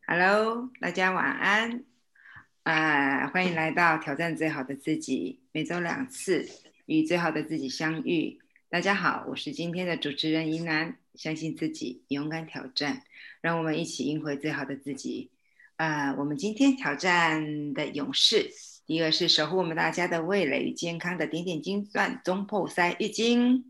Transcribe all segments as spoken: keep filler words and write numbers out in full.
Hello，大家晚安。啊、欢迎来到挑战最好的自己，每周两次与最好的自己相遇。大家好，我是今天的主持人怡南，相信自己，勇敢挑战，让我们一起赢回最好的自己。啊、我们今天挑战的勇士，第一个是守护我们大家的味蕾与健康的点点金钻中破塞浴巾。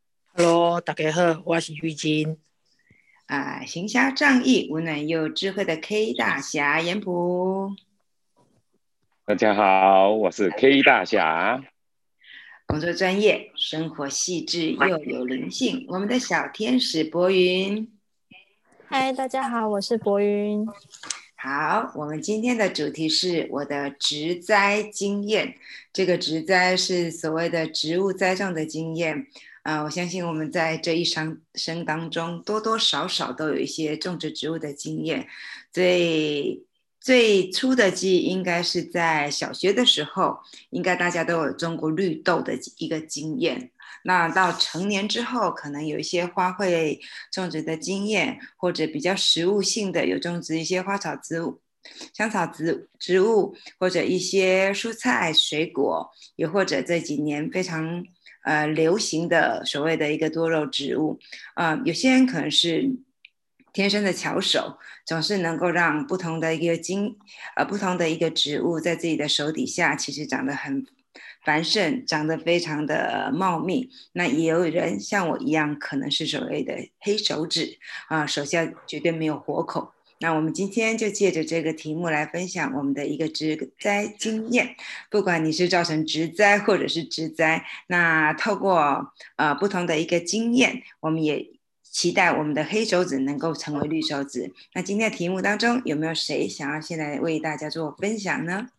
Hello，大家好，我是玉金。 啊、行侠仗义、温暖又有智慧的 K 大侠严普。 大家好，我是 K 大侠。 工作专业，生活细致又有灵性。我们的小天使博云， 嗨，大家好，我是博云。 好，我们今天的主题是我的植栽经验。这个植栽是所谓的植物栽种的经验。啊、我相信我们在这一生生当中，多多少少都有一些种植植物的经验。最最初的记忆应该是在小学的时候，应该大家都有种过绿豆的一个经验。那到成年之后，可能有一些花卉种植的经验，或者比较实物性的有种植一些花草植物、香草植植物，或者一些蔬菜水果，也或者这几年非常呃流行的所谓的一个多肉植物。呃，有些人可能是天生的巧手，总是能够让不同的一个经呃不同的一个植物在自己的手底下，其实长得很繁盛，长得非常的茂密。那也有人像我一样，可能是所谓的黑手指啊、手下绝对没有活口。那我们今天就借着这个题目来分享我们的一个植栽经验，不管你是造成植栽或者是植栽，那透过呃不同的一个经验，我们也期待我们的黑手指能够成为绿手指。那今天的题目当中，有没有谁想要现在为大家做分享呢？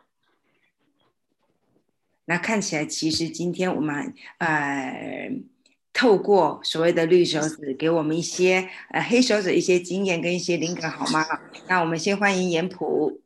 那看起来，其实今天我们呃，透过所谓的绿手指，给我们一些呃黑手指一些经验跟一些灵感，好吗？那我们先欢迎严普。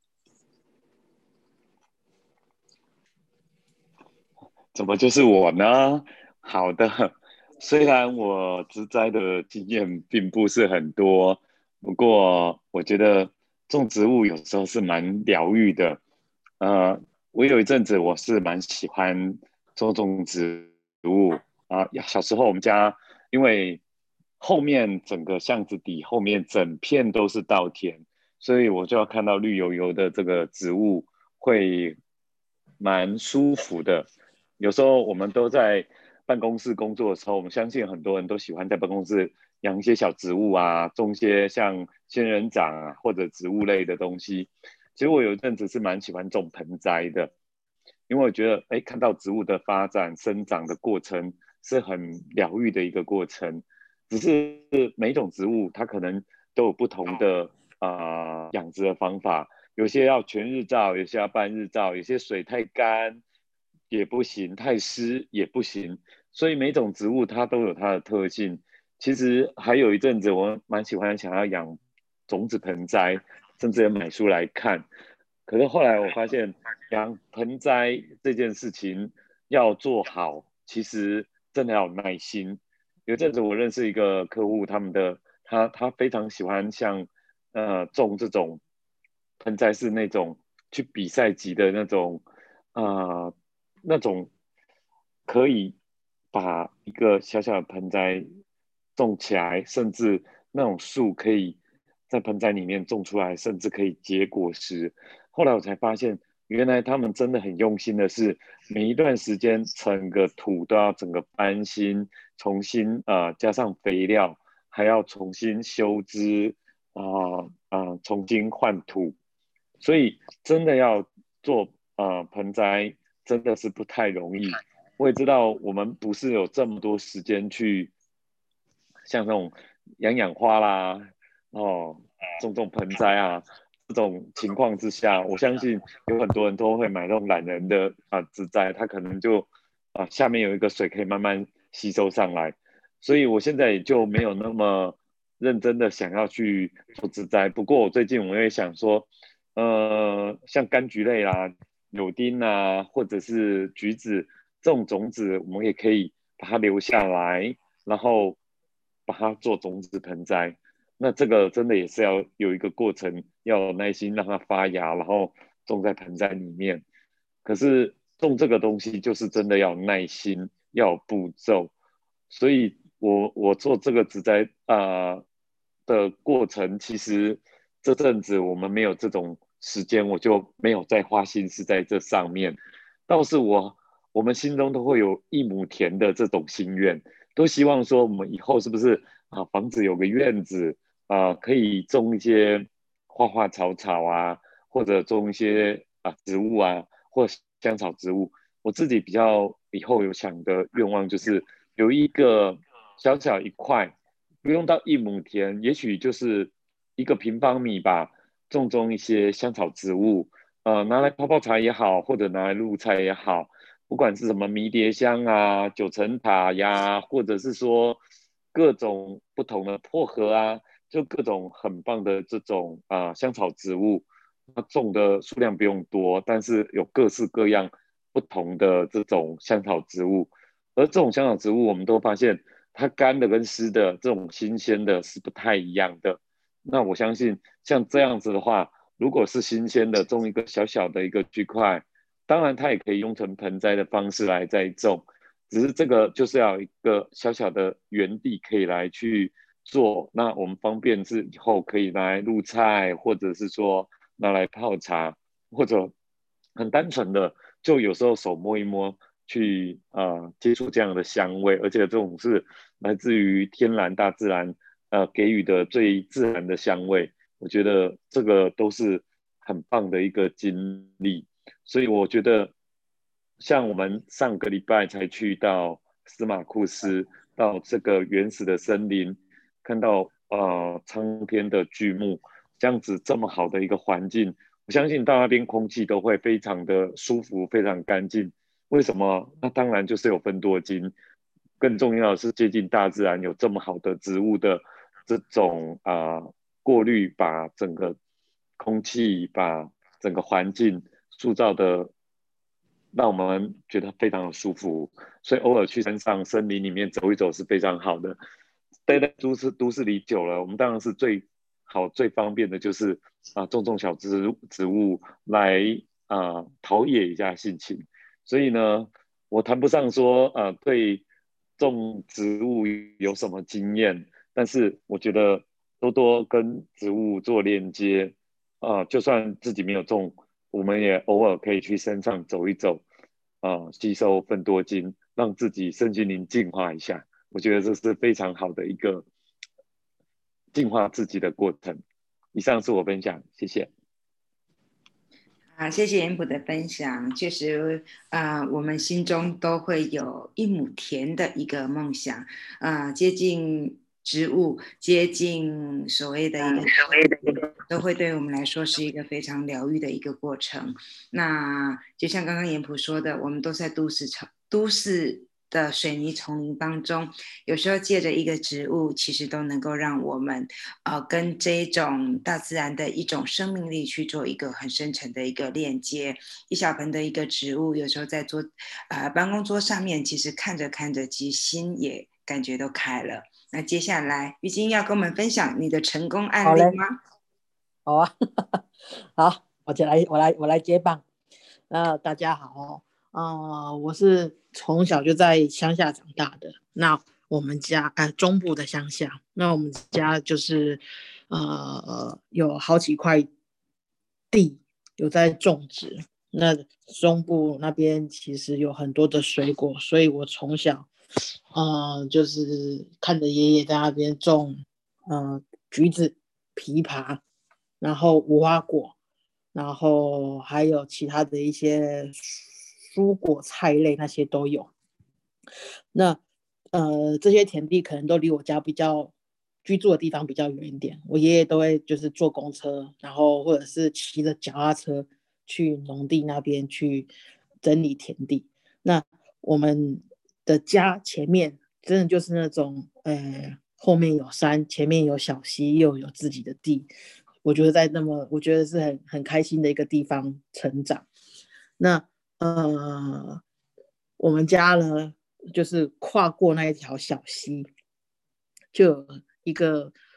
怎么就是我呢？好的，虽然我植栽的经验并不是很多，不过我觉得种植物有时候是蛮疗愈的。呃，我有一阵子我是蛮喜欢种种植物啊。小时候我们家因为后面整个巷子底后面整片都是稻田，所以我就要看到绿油油的这个植物会蛮舒服的。有时候我们都在办公室工作的时候，我们相信很多人都喜欢在办公室养一些小植物啊，种一些像仙人掌啊或者植物类的东西。其实我有一阵子是蛮喜欢种盆栽的，因为我觉得，哎，看到植物的发展生长的过程是很疗愈的一个过程。只是每一种植物它可能都有不同的啊、呃养殖的方法，有些要全日照，有些要半日照，有些水太干也不行，太湿也不行，所以每种植物它都有它的特性。其实还有一阵子我蛮喜欢想要养种子盆栽，甚至也买书来看。可是后来我发现养盆栽这件事情要做好，其实真的要有耐心。有阵子我认识一个客户，他们的他他非常喜欢像呃种这种盆栽是那种去比赛级的那种呃那种可以把一个小小的盆栽种起来，甚至那种树可以在盆栽里面种出来，甚至可以结果实。后来我才发现，原来他们真的很用心的是，每一段时间整个土都要整个翻新，重新呃加上肥料，还要重新修枝啊啊、呃呃重新换土，所以真的要做呃盆栽真的是不太容易。我也知道我们不是有这么多时间去像那种养养花啦，哦，种种盆栽啊，这种情况之下，我相信有很多人都会买那种懒人的啊植栽，它可能就啊下面有一个水可以慢慢吸收上来，所以我现在也就没有那么认真的想要去做植栽。不过我最近我也想说，呃，像柑橘类啦、柳丁啊，或者是橘子这种种子，我们也可以把它留下来，然后把它做种子盆栽。 那这个真的也是要有一个过程，要有耐心让它发芽，然后种在盆栽里面。可是种这个东西就是真的要有耐心，要有步骤。所以我我做这个植栽啊、呃的过程，其实这阵子我们没有这种时间，我就没有再花心思在这上面。倒是我我们心中都会有一亩田的这种心愿，都希望说我们以后是不是啊房子有个院子啊，可以种一些花花草草啊，或者种一些啊植物啊，或香草植物。我自己比较以后有想的愿望就是有一个小小一块，不用到一亩田，也许就是一个平方米吧，种种一些香草植物，呃，拿来泡泡茶也好，或者拿来入菜也好，不管是什么迷迭香啊、九层塔呀，或者是说各种不同的薄荷啊，就各种很棒的这种啊、呃香草植物，它种的数量不用多，但是有各式各样不同的这种香草植物，而这种香草植物，我们都发现它干的跟湿的这种新鲜的是不太一样的。那我相信像这样子的话，如果是新鲜的，种一个小小的一个区块，当然它也可以用成盆栽的方式来栽种，只是这个就是要有一个小小的园地可以来去做，那我们方便是以后可以拿来入菜，或者是说拿来泡茶，或者很单纯的就有时候手摸一摸。去呃接触这样的香味，而且这种是来自于天然大自然呃给予的最自然的香味，我觉得这个都是很棒的一个经历。所以我觉得，像我们上个礼拜才去到司马库斯，到这个原始的森林，看到呃苍天的巨木，这样子这么好的一个环境，我相信到那边空气都会非常的舒服，非常干净。为什么？那当然就是有分多金，更重要的是接近大自然，有这么好的植物的这种啊、呃过滤，把整个空气、把整个环境塑造的，让我们觉得非常的舒服。所以偶尔去山上、森林里面走一走是非常好的。待在都市都市里久了，我们当然是最好、最方便的，就是啊、呃种种小植植物来啊、呃陶冶一下心情。所以呢，我谈不上说呃对种植物有什么经验，但是我觉得多多跟植物做链接，啊、呃就算自己没有种，我们也偶尔可以去山上走一走，啊、呃吸收分多精，让自己身心灵净化一下。我觉得这是非常好的一个净化自己的过程。以上是我分享，谢谢。 啊，谢谢严普的分享。确实，啊、我们心中都会有一亩田的一个梦想，啊、接近植物，接近所谓的一个都会对我们来说是一个非常疗愈的一个过程。那就像刚刚严普说的，我们都在都市城、都市的水泥丛林当中，有时候借着一个植物，其实都能够让我们呃跟这一种大自然的一种生命力去做一个很深层的一个链接。一小盆的一个植物，有时候在桌呃办公桌上面，其实看着看着，其实心也感觉都开了。那接下来，玉晶要跟我们分享你的成功案好嘞， 例吗？ 好啊，好，我就来，我来，我来接棒。那大家好哦，呃，我是从小就在乡下长大的。那我们家呃中部的乡下，那我们家就是呃有好几块地有在种植。那中部那边其实有很多的水果，所以我从小呃就是看着爷爷在那边种呃橘子、枇杷，然后无花果，然后还有其他的一些蔬果菜类那些都有。那呃这些田地可能都离我家比较居住的地方比较远一点，我爷爷都会就是坐公车，然后或者是骑着脚踏车去农地那边去整理田地。那我们的家前面真的就是那种呃后面有山，前面有小溪，又有自己的地。我觉得在那么我觉得是很很开心的一个地方成长。那呃我们家呢就是跨过那一条小溪，就有一个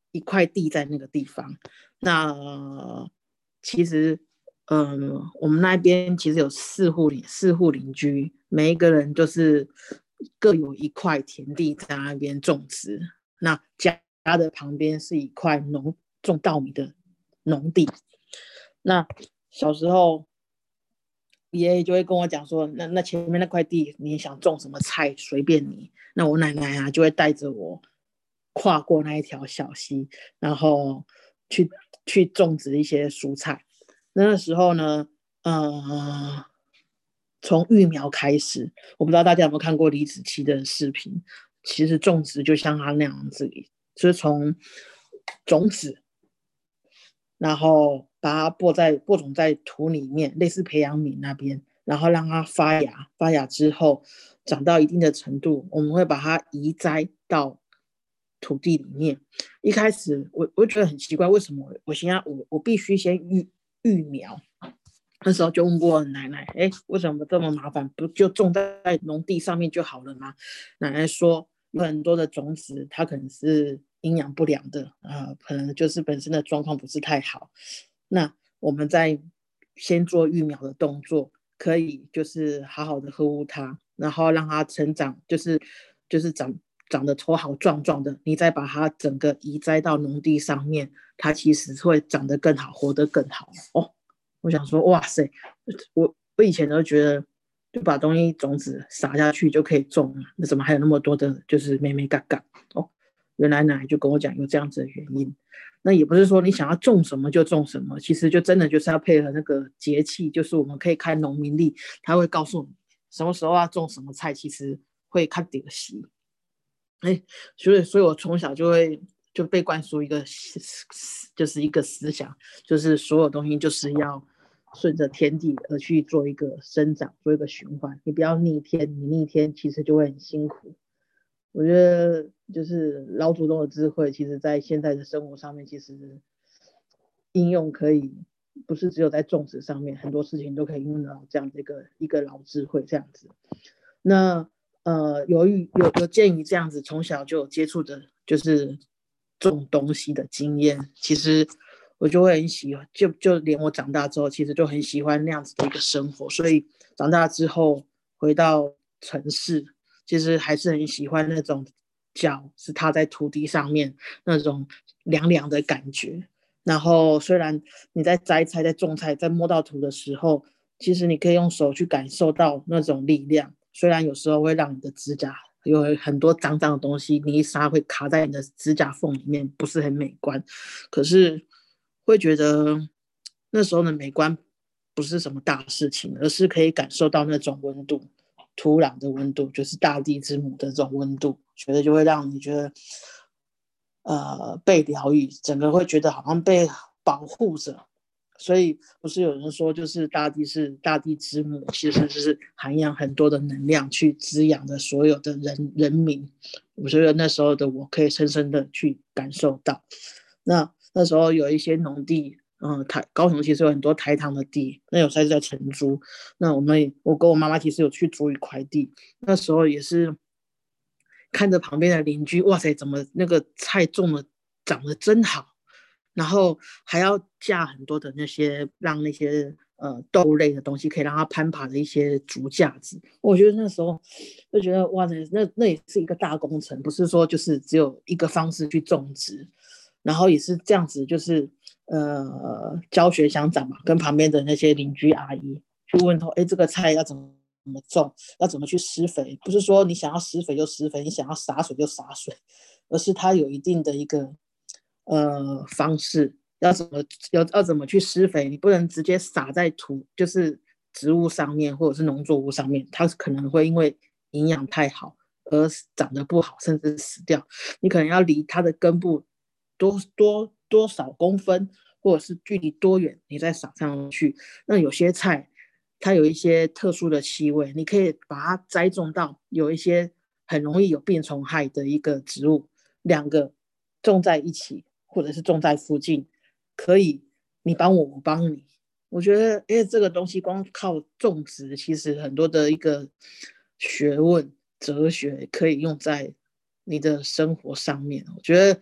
一块地在那个地方。那、呃、其实嗯，我们那边其实有四户邻四户邻居，每一个人就是各有一块田地在那边种植。那家的旁边是一块农种稻米的农地。那小时候爷爷就会跟我讲说，那那前面那块地你想种什么菜随便你。那我奶奶啊就会带着我跨过那一条小溪，然后去去种植一些蔬菜。那时候呢，呃，从育苗开始，我不知道大家有没有看过李子柒的视频。其实种植就像他那样子，就是从种子，然后把它播在播种在土里面，类似培养皿那边，然后让它发芽，发芽之后长到一定的程度，我们会把它移栽到土地里面。一开始我我觉得很奇怪，为什么我现在我我必须先育育苗？那时候就问过奶奶，哎，为什么这么麻烦？不就种在农地上面就好了吗？奶奶说，有很多的种子它可能是营养不良的，呃，可能就是本身的状况不是太好。那我们在先做育苗的动作，可以就是好好的呵护它，然后让它成长，就是就是长长得头好壮壮的，你再把它整个移栽到农地上面，它其实会长得更好，活得更好哦。我想说，哇塞，我我以前都觉得就把东西种子撒下去就可以种了，那怎么还有那么多的就是咩咩嘎嘎哦？原来奶奶就跟我讲有这样子的原因。那也不是说你想要种什么就种什么，其实就真的就是要配合那个节气，就是我们可以看农民历，他会告诉你什么时候要种什么菜，其实会看点息。哎，所以所以我从小就会就被灌输一个就是一个思想，就是所有东西就是要顺着天地而去做一个生长，做一个循环。你不要逆天，你逆天其实就会很辛苦。我觉得就是老祖宗的智慧，其实在现在的生活上面，其实应用可以不是只有在种植上面，很多事情都可以用到这样的一个一个老智慧这样子。那呃，由于有有鉴于这样子，从小就有接触的，就是种东西的经验，其实我就会很喜欢，就就连我长大之后，其实就很喜欢那样子的一个生活。所以长大之后回到城市，其实还是很喜欢那种脚是踏在土地上面那种凉凉的感觉。然后虽然你在摘菜、在种菜、在摸到土的时候，其实你可以用手去感受到那种力量。虽然有时候会让你的指甲有很多脏脏的东西，泥沙会卡在你的指甲缝里面，不是很美观，可是会觉得那时候的美观不是什么大事情，而是可以感受到那种温度，土壤的温度，就是大地之母的这种温度，觉得就会让你觉得呃被疗愈，整个会觉得好像被保护着。所以不是有人说就是大地是大地之母，其实就是涵养很多的能量去滋养的所有的人人民。我觉得那时候的我可以深深的去感受到。那那时候有一些农地，嗯，台高雄其实有很多台糖的地，那有时候在承租。那我们我跟我妈妈其实有去租一块地，那时候也是看着旁边的邻居，哇塞，怎么那个菜种的长得真好。然后还要架很多的那些让那些呃豆类的东西可以让它攀爬的一些竹架子。我觉得那时候就觉得哇，那那也是一个大工程，不是说就是只有一个方式去种植。然后也是这样子，就是呃教学相长嘛，跟旁边的那些邻居阿姨去问说，哎，这个菜要怎么怎么种，要怎么去施肥？不是说你想要施肥就施肥，你想要洒水就洒水，而是它有一定的一个呃方式，要怎么要要怎么去施肥，你不能直接撒在土，就是植物上面或者是农作物上面，它可能会因为营养太好而长得不好，甚至死掉。你可能要离它的根部多多多少公分，或者是距离多远，你再撒上去。那有些菜它有一些特殊的气味，你可以把它栽种到有一些很容易有病虫害的一个植物，两个种在一起，或者是种在附近，可以你帮我，我帮你。我觉得，因为这个东西光靠种植，其实很多的一个学问、哲学可以用在你的生活上面。我觉得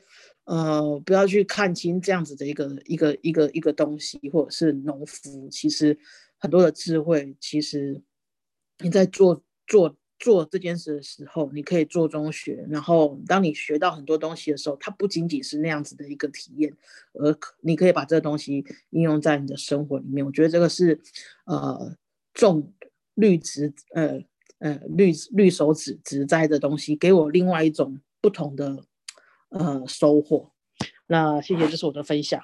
呃，不要去看清这样子的一个一个一个一个东西，或者是农夫，其实很多的智慧，其实你在做做做这件事的时候，你可以做中学，然后当你学到很多东西的时候，它不仅仅是那样子的一个体验，而你可以把这个东西应用在你的生活里面。我觉得这个是呃种绿植呃呃绿绿手指植栽的东西，给我另外一种不同的呃收获。那谢谢，这是我的分享。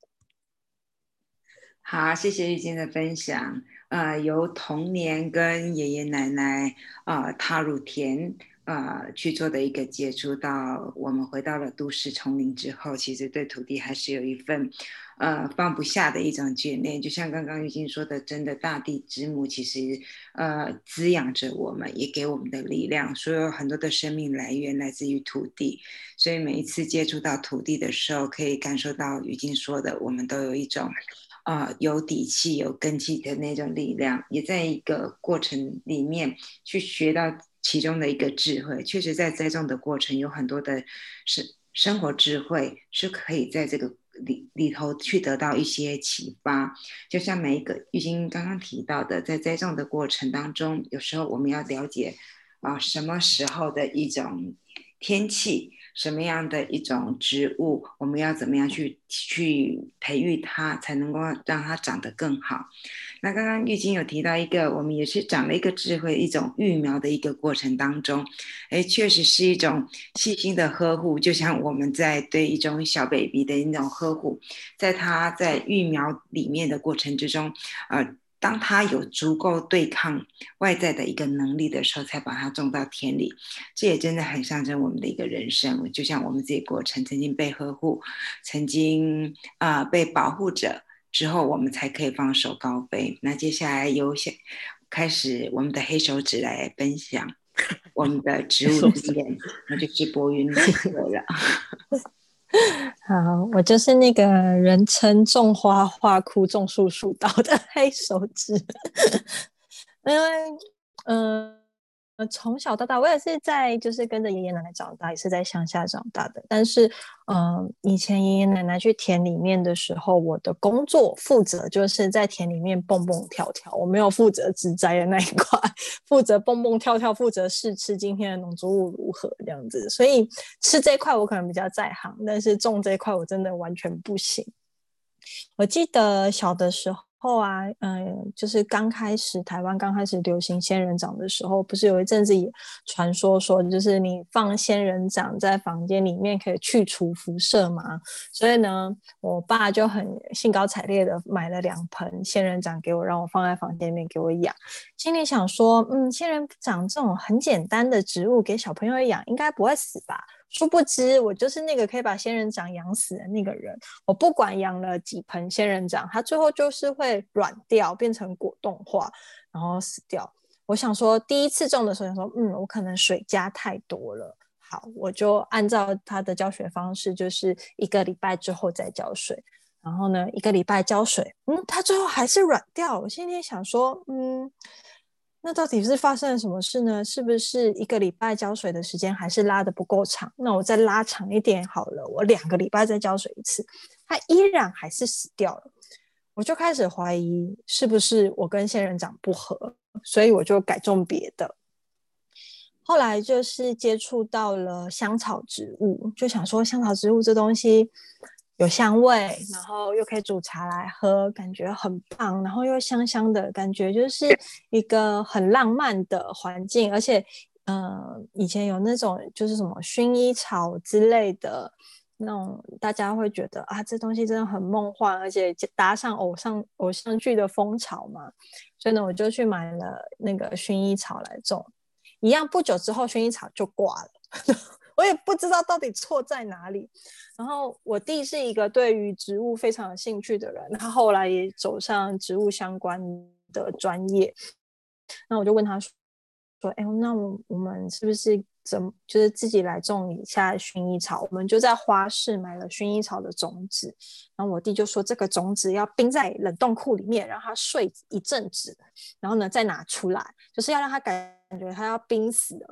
好，谢谢玉晶的分享。呃，由童年跟爷爷奶奶呃踏入田呃去做的一个接触，到我们回到了都市丛林之后，其实对土地还是有一份呃放不下的一种眷恋。就像刚刚玉晶说的，真的大地之母其实呃滋养着我们，也给我们的力量。所有很多的生命来源来自于土地，所以每一次接触到土地的时候，可以感受到玉晶说的，我们都有一种。呃，有底气、有根基的那种力量，也在一个过程里面去学到其中的一个智慧。确实，在栽种的过程有很多的生生活智慧是可以在这个里里头去得到一些启发。就像每一个玉晶刚刚提到的，在栽种的过程当中，有时候我们要了解啊、呃，什么时候的一种天气。什么样的一种植物，我们要怎么样去去培育它，才能够让它长得更好？那刚刚玉晶有提到一个，我们也是长了一个智慧，一种育苗的一个过程当中，哎，确实是一种细心的呵护，就像我们在对一种小 baby 的那种呵护，在它在育苗里面的过程之中，呃。当他有足够对抗外在的一个能力的时候，才把它种到田里。这也真的很象征我们的一个人生，就像我们这个过程曾经被呵护，曾经啊、呃、被保护着，之后我们才可以放手高飞。那接下来由开始我们的黑手指来分享我们的植物经验，那就是博云对了。 好，我就是那个人称种花花枯种树树倒的黑手指。因为嗯、呃，从小到大我也是在就是跟着爷爷奶奶长大，也是在乡下长大的。但是嗯、呃，以前爷爷奶奶去田里面的时候，我的工作负责就是在田里面蹦蹦跳跳，我没有负责植栽的那一块，负责蹦蹦跳跳，负责试吃今天的农作物如何这样子。所以吃这一块我可能比较在行，但是种这一块我真的完全不行。我记得小的时候啊，嗯，就是刚开始台湾刚开始流行仙人掌的时候，不是有一阵子也传说说，就是你放仙人掌在房间里面可以去除辐射嘛。所以呢，我爸就很兴高采烈的买了两盆仙人掌给我，让我放在房间里面给我养。心里想说，嗯，仙人掌这种很简单的植物给小朋友养，应该不会死吧？殊不知，我就是那个可以把仙人掌养死的那个人。我不管养了几盆仙人掌，它最后就是会软掉，变成果冻化，然后死掉。我想说，第一次种的时候想说，嗯，我可能水加太多了。好，我就按照他的教学方式，就是一个礼拜之后再浇水。然后呢，一个礼拜浇水，嗯，它最后还是软掉。我今天想说，嗯，那到底是发生了什么事呢？是不是一个礼拜浇水的时间还是拉得不够长？那我再拉长一点好了，我两个礼拜再浇水一次，它依然还是死掉了。我就开始怀疑是不是我跟仙人掌不合，所以我就改种别的。后来就是接触到了香草植物，就想说香草植物这东西有香味，然后又可以煮茶来喝，感觉很棒，然后又香香的感觉，就是一个很浪漫的环境。而且呃，以前有那种就是什么薰衣草之类的那种，大家会觉得啊，这东西真的很梦幻，而且搭上偶像偶像剧的风潮嘛，所以呢，我就去买了那个薰衣草来种。一样不久之后薰衣草就挂了。我也不知道到底错在哪里。然后我弟是一个对于植物非常有兴趣的人，他后来也走上植物相关的专业。那我就问他说：“哎，那我们是不是怎么就是自己来种一下薰衣草？”我们就在花市买了薰衣草的种子。然后我弟就说：“这个种子要冰在冷冻库里面，让它睡一阵子，然后呢再拿出来，就是要让它感觉它要冰死了。”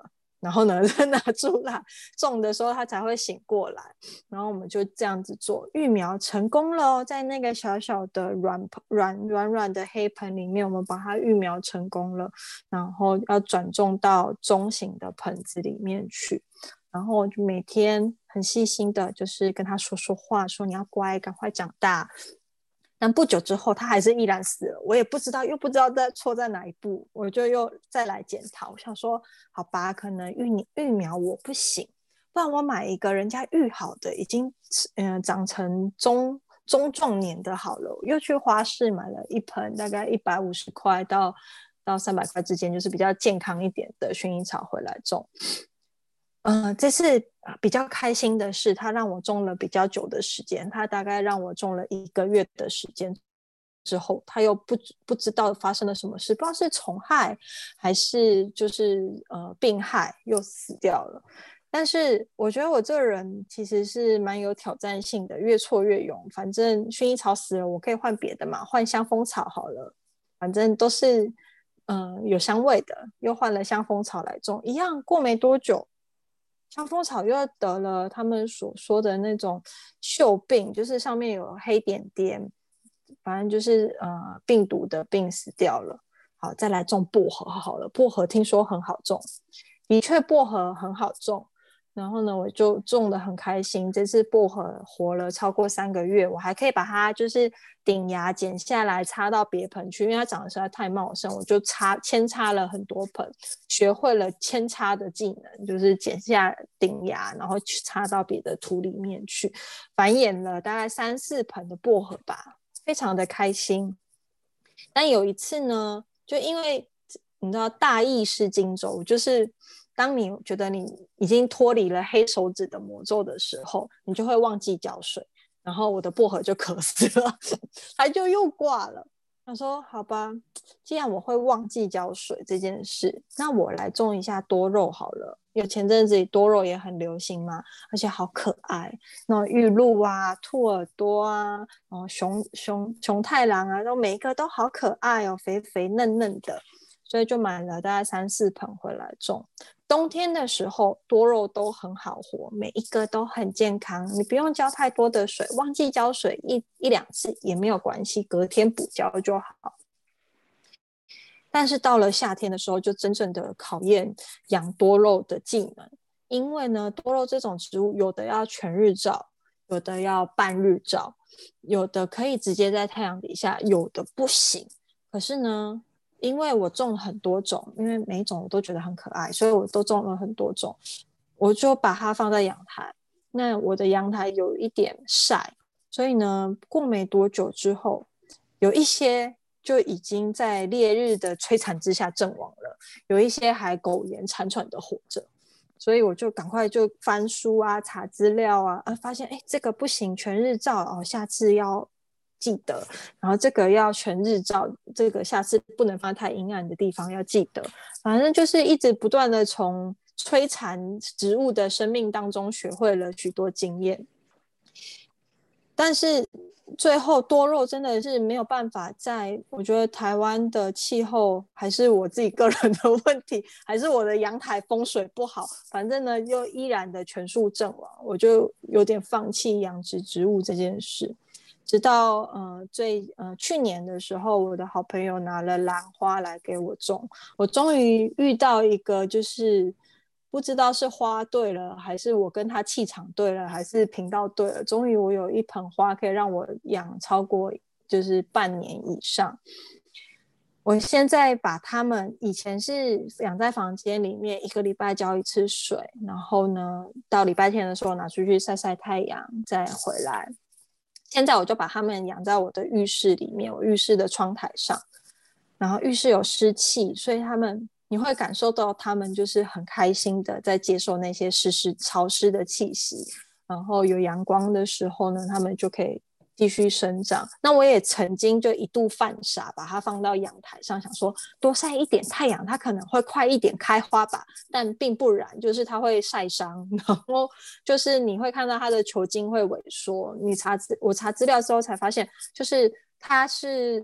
然后呢再拿出来种的时候它才会醒过来，然后我们就这样子做，育苗成功了哦，在那个小小的软软软软的黑盆里面，我们把它育苗成功了，然后要转种到中型的盆子里面去，然后就每天很细心的就是跟他说说话，说你要乖，赶快长大。但不久之后他还是依然死了，我也不知道，又不知道在错在哪一步，我就又再来检讨，我想说好吧，可能育育苗我不行，不然我买一个人家育好的已经、呃、长成中中壮年的好了，又去花市买了一盆大概一百五十块到到三百块之间，就是比较健康一点的薰衣草回来种。呃，这次比较开心的是他让我种了比较久的时间，他大概让我种了一个月的时间之后，他又不不知道发生了什么事，不知道是虫害还是就是呃病害，又死掉了。但是我觉得我这个人其实是蛮有挑战性的，越挫越勇，反正薰衣草死了我可以换别的嘛，换香蜂草好了，反正都是嗯、呃、有香味的，又换了香蜂草来种，一样过没多久香蜂草又得了他们所说的那种锈病，就是上面有黑点点，反正就是呃病毒的病死掉了。好，再来种薄荷好了，薄荷听说很好种，的确薄荷很好种，然后呢我就种得很开心，这次薄荷活了超过三个月，我还可以把它就是顶芽剪下来插到别盆去，因为它长得实在太茂盛，我就插扦插了很多盆，学会了扦插的技能，就是剪下顶芽然后插到别的土里面去，繁衍了大概三四盆的薄荷吧，非常的开心。但有一次呢，就因为你知道大意失荆州，就是当你觉得你已经脱离了黑手指的魔咒的时候，你就会忘记浇水，然后我的薄荷就渴死了，它就又挂了。他说好吧，既然我会忘记浇水这件事，那我来种一下多肉好了，因为前阵子多肉也很流行嘛，而且好可爱，那种玉露啊、兔耳朵啊、哦、熊熊熊太郎啊，都每一个都好可爱哦，肥肥嫩嫩的，所以就买了大概三四盆回来种。冬天的时候多肉都很好活，每一个都很健康，你不用浇太多的水，忘记浇水一一两次也没有关系，隔天补浇就好。但是到了夏天的时候就真正的考验养多肉的技能，因为呢多肉这种植物有的要全日照，有的要半日照，有的可以直接在太阳底下，有的不行。可是呢因为我种了很多种，因为每一种我都觉得很可爱，所以我都种了很多种，我就把它放在阳台。那我的阳台有一点晒，所以呢过没多久之后，有一些就已经在烈日的摧残之下阵亡了，有一些还苟延残喘的活着，所以我就赶快就翻书啊查资料啊，啊发现哎这个不行全日照哦，下次要记得，然后这个要全日照，这个下次不能放太阴暗的地方要记得，反正就是一直不断的从摧残植物的生命当中学会了许多经验。但是最后多肉真的是没有办法，在我觉得台湾的气候还是我自己个人的问题，还是我的阳台风水不好，反正呢又依然的全数阵亡，我就有点放弃养殖植物这件事。直到呃最呃去年的时候，我的好朋友拿了兰花来给我种，我终于遇到一个就是不知道是花对了，还是我跟他气场对了，还是频道对了，终于我有一盆花可以让我养超过就是半年以上。我现在把它们以前是养在房间里面，一个礼拜浇一次水，然后呢到礼拜天的时候拿出去晒晒太阳再回来。现在我就把它们养在我的浴室里面，我浴室的窗台上，然后浴室有湿气，所以它们你会感受到它们就是很开心的在接受那些湿湿潮湿的气息，然后有阳光的时候呢，它们就可以继续生长。那我也曾经就一度犯傻，把它放到阳台上，想说多晒一点太阳它可能会快一点开花吧，但并不然，就是它会晒伤，然后就是你会看到它的球茎会萎缩。你查我查资料之后才发现，就是它是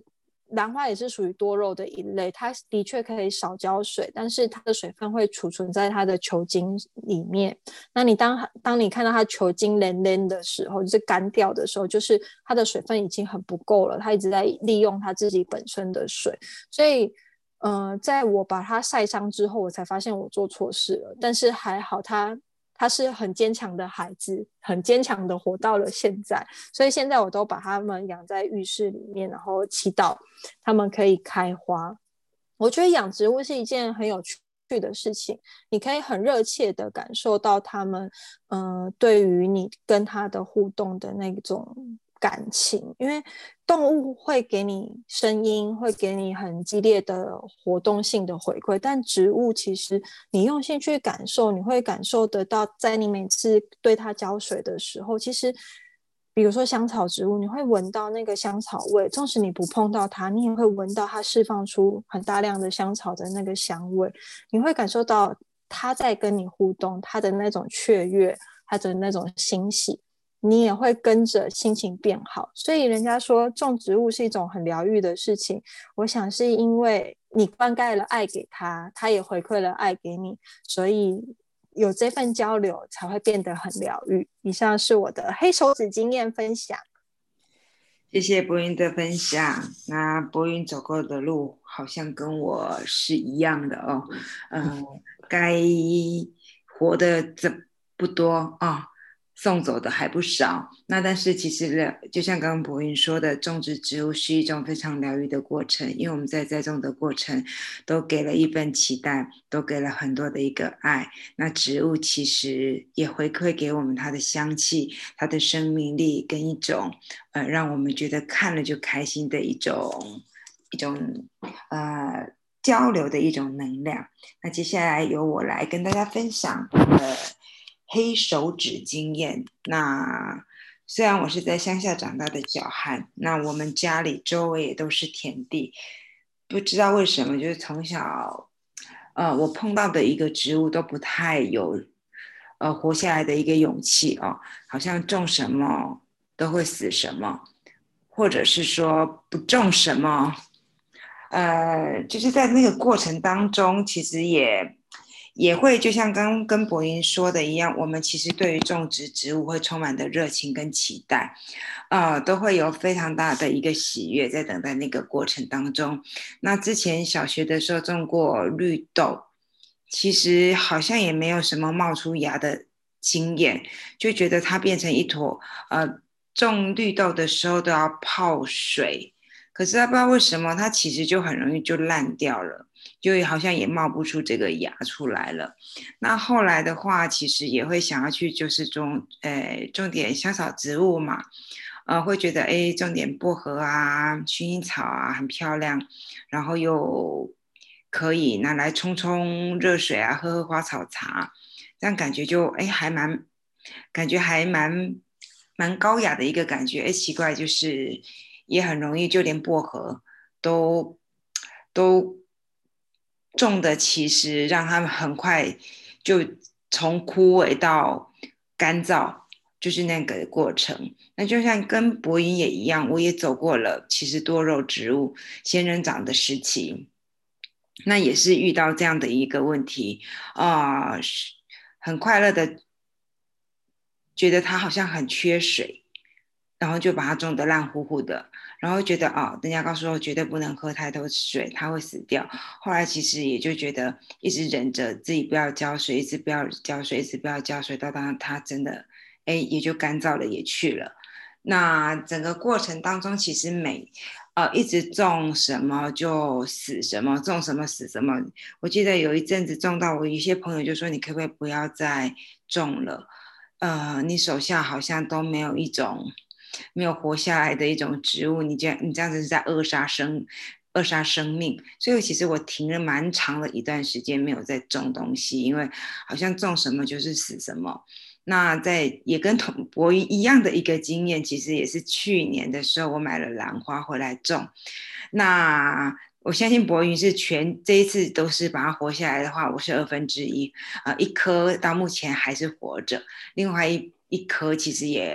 兰花也是属于多肉的一类，它的确可以少浇水，但是它的水分会储存在它的球茎里面。那你当当你看到它球茎连连的时候，就是干掉的时候，就是它的水分已经很不够了，它一直在利用它自己本身的水。所以呃，在我把它晒伤之后，我才发现我做错事了，但是还好它他是很坚强的孩子，很坚强的活到了现在，所以现在我都把他们养在浴室里面，然后祈祷他们可以开花。我觉得养植物是一件很有趣的事情，你可以很热切的感受到他们呃，对于你跟他的互动的那种感情，因为动物会给你声音，会给你很激烈的活动性的回馈，但植物其实你用心去感受，你会感受得到，在你每次对它浇水的时候，其实比如说香草植物，你会闻到那个香草味，纵使你不碰到它，你也会闻到它释放出很大量的香草的那个香味，你会感受到它在跟你互动，它的那种雀跃，它的那种欣喜，你也会跟着心情变好。所以人家说种植物是一种很疗愈的事情，我想是因为你灌溉了爱给他，他也回馈了爱给你，所以有这份交流才会变得很疗愈。以上是我的黑手指经验分享。 谢谢博云的分享。那博云走过的路好像跟我是一样的哦，呃，该活的这不多啊、哦，送走的还不少。那但是其实就像刚刚博云说的，种植植物是一种非常疗愈的过程，因为我们在栽种的过程都给了一份期待，都给了很多的一个爱。那植物其实也回馈给我们它的香气，它的生命力跟一种呃让我们觉得看了就开心的一种一种呃交流的一种能量。那接下来由我来跟大家分享我的黑手指经验。那虽然我是在乡下长大的小孩，那我们家里周围也都是田地，不知道为什么就是从小呃我碰到的一个植物都不太有呃活下来的一个勇气哦，好像种什么都会死什么，或者是说不种什么呃，就是在那个过程当中，其实也也会就像刚跟博云说的一样，我们其实对于种植植物会充满的热情跟期待，呃，都会有非常大的一个喜悦在等待那个过程当中。那之前小学的时候种过绿豆，其实好像也没有什么冒出芽的经验，就觉得它变成一坨，呃，种绿豆的时候都要泡水。可是他不知道为什么，它其实就很容易就烂掉了，就好像也冒不出这个芽出来了。那后来的话，其实也会想要去就是种，呃，种点香草植物嘛，呃，会觉得哎，种点薄荷啊、薰衣草啊，很漂亮，然后又可以拿来冲冲热水啊，喝喝花草茶，这样感觉就哎还蛮，感觉还蛮蛮高雅的一个感觉。哎，奇怪，就是也很容易，就连薄荷都都种的，其实让他们很快就从枯萎到干燥，就是那个过程。那就像跟博云也一样，我也走过了其实多肉植物仙人掌的时期，那也是遇到这样的一个问题啊、呃，很快乐的觉得它好像很缺水，然后就把它种得烂乎乎的，然后觉得哦，人家告诉我绝对不能喝太多水，它会死掉。后来其实也就觉得一直忍着自己不要浇水，一直不要浇水，一直不要浇水，到当它真的哎也就干燥了，也去了。那整个过程当中，其实每呃一直种什么就死什么，种什么死什么。我记得有一阵子种到我一些朋友就说：“你可不可以不要再种了？呃，你手下好像都没有一种没有活下来的一种植物，你这样你这样子是在扼杀生扼杀生命。”所以其实我停了蛮长的一段时间没有再种东西，因为好像种什么就是死什么。那在也跟同博云一样的一个经验，其实也是去年的时候，我买了兰花回来种。那我相信博云是全这一次都是把它活下来的话，我是二分之一，呃，一颗到目前还是活着，另外一一颗其实也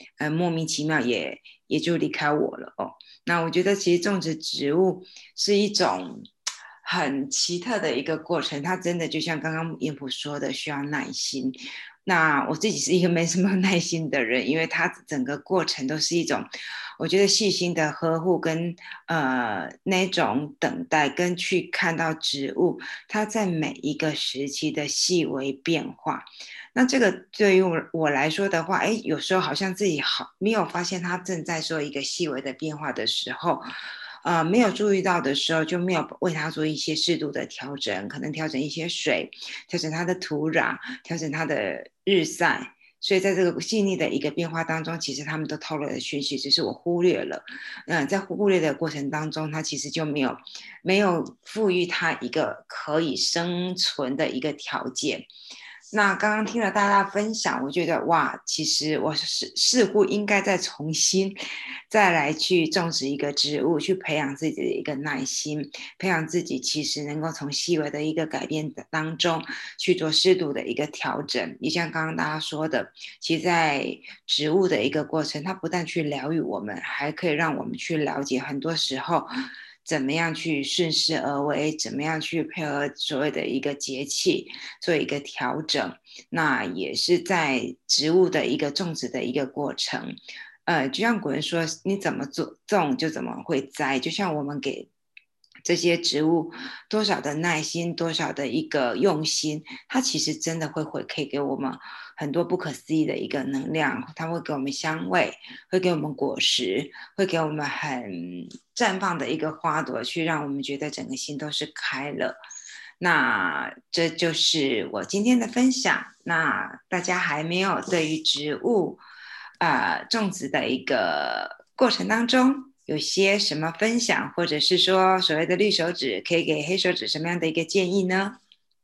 呃莫名其妙也也就离开我了哦。那我觉得其实种植植物是一种很奇特的一个过程，它真的就像刚刚燕普说的，需要耐心。那我自己是一个没什么耐心的人，因为它整个过程都是一种，我觉得细心的呵护跟呃那种等待，跟去看到植物它在每一个时期的细微变化。那这个对于我我来说的话，哎，有时候好像自己好没有发现它正在做一个细微的变化的时候。呃，没有注意到的时候，就没有为它做一些适度的调整，可能调整一些水，调整它的土壤，调整它的日晒。所以在这个细腻的一个变化当中，其实他们都透露了讯息，只是我忽略了。嗯、呃，在忽略的过程当中，它其实就没有没有赋予它一个可以生存的一个条件。那刚刚听了大家分享，我觉得哇，其实我是似乎应该再重新再来去种植一个植物，去培养自己的一个耐心，培养自己其实能够从细微的一个改变当中去做适度的一个调整。也像刚刚大家说的，其实在植物的一个过程，它不但去疗愈我们，还可以让我们去了解很多时候怎么样去顺势而为，怎么样去配合所谓的一个节气做一个调整。那也是在植物的一个种植的一个过程。呃，就像古人说，你怎么做种就怎么会栽，就像我们给这些植物多少的耐心，多少的一个用心，它其实真的会回馈给我们很多不可思议的一个能量。它会给我们香味，会给我们果实，会给我们很绽放的一个花朵，去让我们觉得整个心都是开了。那这就是我今天的分享。那大家还没有对于植物呃种植的一个过程当中有些什么分享，或者是说所谓的绿手指可以给黑手指什么样的一个建议呢？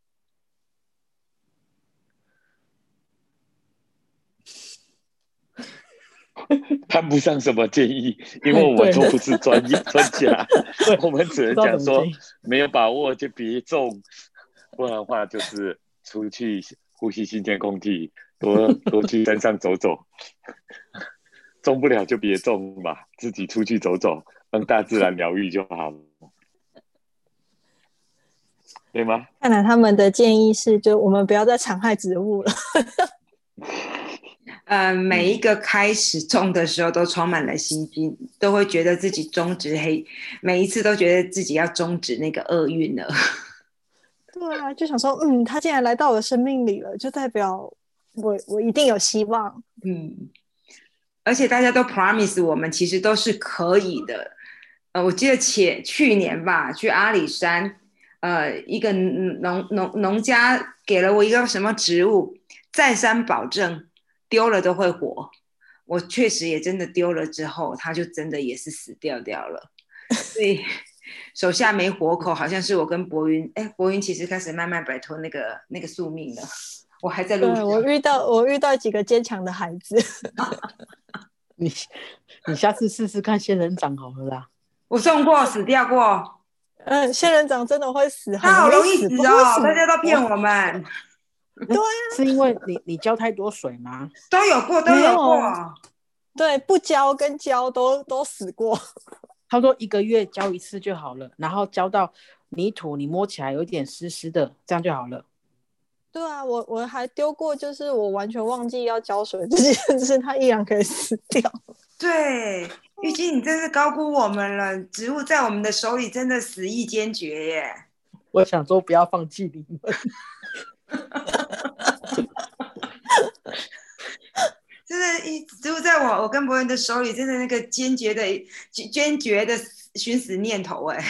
谈不上什么建议，因为我们都不是专业专家，我们只能讲说没有把握就别种，不然的话就是出去呼吸新鲜空气，多多去山上走走。种不了就别种吧，自己出去走走，让大自然疗愈就好了，对吗？ 看来他们的建议是，就我们不要再残害植物了。 呃，每一个开始种的时候都充满了信心，都会觉得自己终止黑，每一次都觉得自己要终止那个厄运了。 对啊，就想说，嗯，他既然来到我的生命里了，就代表我我一定有希望。 嗯，而且大家都 promise 我们其实都是可以的。呃，我记得前去年吧，去阿里山，呃，一个农农农家给了我一个什么植物，再三保证丢了都会活。我确实也真的丢了之后，它就真的也是死掉掉了。所以手下没活口，好像是我跟博云，哎，博云其实开始慢慢摆脱那个那个宿命了。我还在路上。 对，我遇到我遇到几个坚强的孩子。 你你下次试试看仙人掌好了啦。 我种过，死掉过。 嗯，仙人掌真的会死， 它好容易死哦，大家都骗我们。 对啊， 是因为你你浇太多水吗？ 都有过，都有过。 对，不浇跟浇都都死过。 差不多一个月浇一次就好了，然后浇到泥土你摸起来有点湿湿的，这样就好了。 对啊，我我还丢过，就是我完全忘记要浇水这件事，它依然可以死掉。 对，玉姬你真是高估我们了，植物在我们的手里真的死意坚决耶。 我想说不要放弃你们。 真的，植物在我我跟博文的手里，真的那个坚决的坚决的寻死念头哎。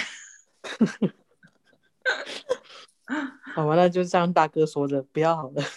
好吧，那就像大哥说的，不要好了。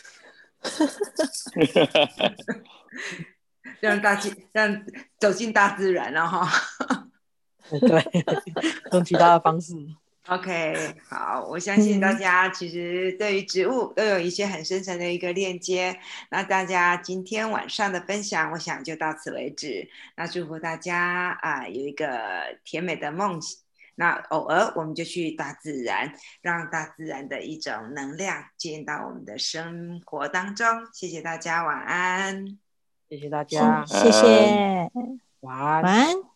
让大让走进大自然了哈。 对，用其他的方式。 OK， 好，我相信大家其实对于植物都有一些很深层的一个链接。那大家今天晚上的分享，我想就到此为止。那祝福大家啊、呃、有一个甜美的梦。那偶尔我们就去大自然，让大自然的一种能量进到我们的生活当中。谢谢大家，晚安。 谢谢大家， 谢谢， 安晚安。 晚安。